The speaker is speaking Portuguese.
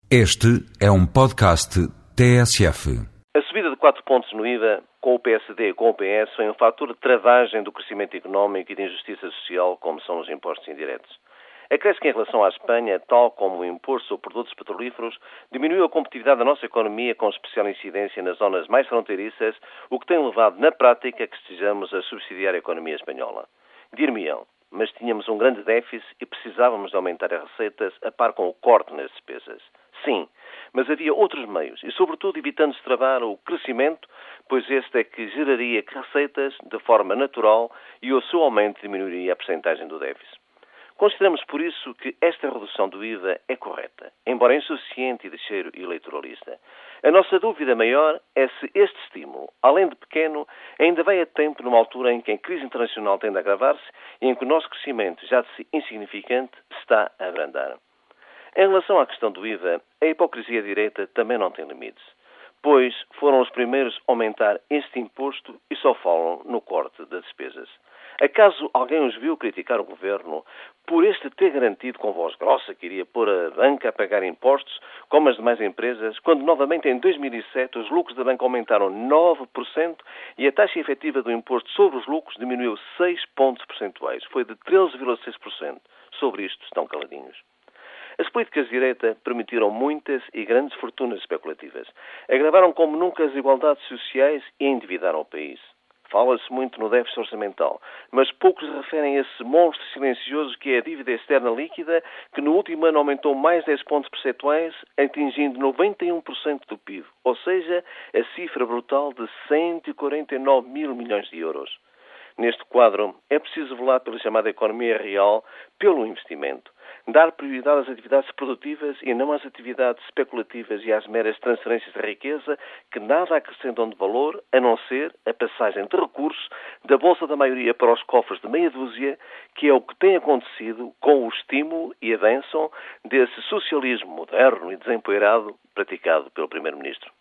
Este é um podcast TSF. A subida de 4 pontos no IVA, com o PSD e com o PS, foi um fator de travagem do crescimento económico e de injustiça social, como são os impostos indiretos. Acresce que, em relação à Espanha, tal como o imposto sobre produtos petrolíferos, diminuiu a competitividade da nossa economia com especial incidência nas zonas mais fronteiriças, o que tem levado, na prática, a que estejamos a subsidiar a economia espanhola. Dir-me-ão, mas tínhamos um grande déficit e precisávamos de aumentar as receitas a par com o corte nas despesas. Sim, mas havia outros meios e, sobretudo, evitando-se travar o crescimento, pois este é que geraria receitas de forma natural e o seu aumento diminuiria a percentagem do déficit. Consideramos, por isso, que esta redução do IVA é correta, embora insuficiente e de cheiro eleitoralista. A nossa dúvida maior é se este estímulo, além de pequeno, ainda vai a tempo numa altura em que a crise internacional tende a agravar-se e em que o nosso crescimento, já de si insignificante, está a abrandar. Em relação à questão do IVA, a hipocrisia direita também não tem limites, pois foram os primeiros a aumentar este imposto e só falam no corte das despesas. Acaso alguém os viu criticar o governo por este ter garantido com voz grossa que iria pôr a banca a pagar impostos, como as demais empresas, quando novamente em 2007 os lucros da banca aumentaram 9% e a taxa efetiva do imposto sobre os lucros diminuiu 6 pontos percentuais, foi de 13,6%. Sobre isto estão caladinhos. As políticas de direita permitiram muitas e grandes fortunas especulativas. Agravaram como nunca as desigualdades sociais e endividaram o país. Fala-se muito no déficit orçamental, mas poucos referem a esse monstro silencioso que é a dívida externa líquida, que no último ano aumentou mais 10 pontos percentuais, atingindo 91% do PIB, ou seja, a cifra brutal de 149 mil milhões de euros. Neste quadro, é preciso velar pela chamada economia real, pelo investimento. Dar prioridade às atividades produtivas e não às atividades especulativas e às meras transferências de riqueza que nada acrescentam de valor, a não ser a passagem de recursos da bolsa da maioria para os cofres de meia dúzia, que é o que tem acontecido com o estímulo e a bênção desse socialismo moderno e desempoeirado praticado pelo Primeiro-Ministro.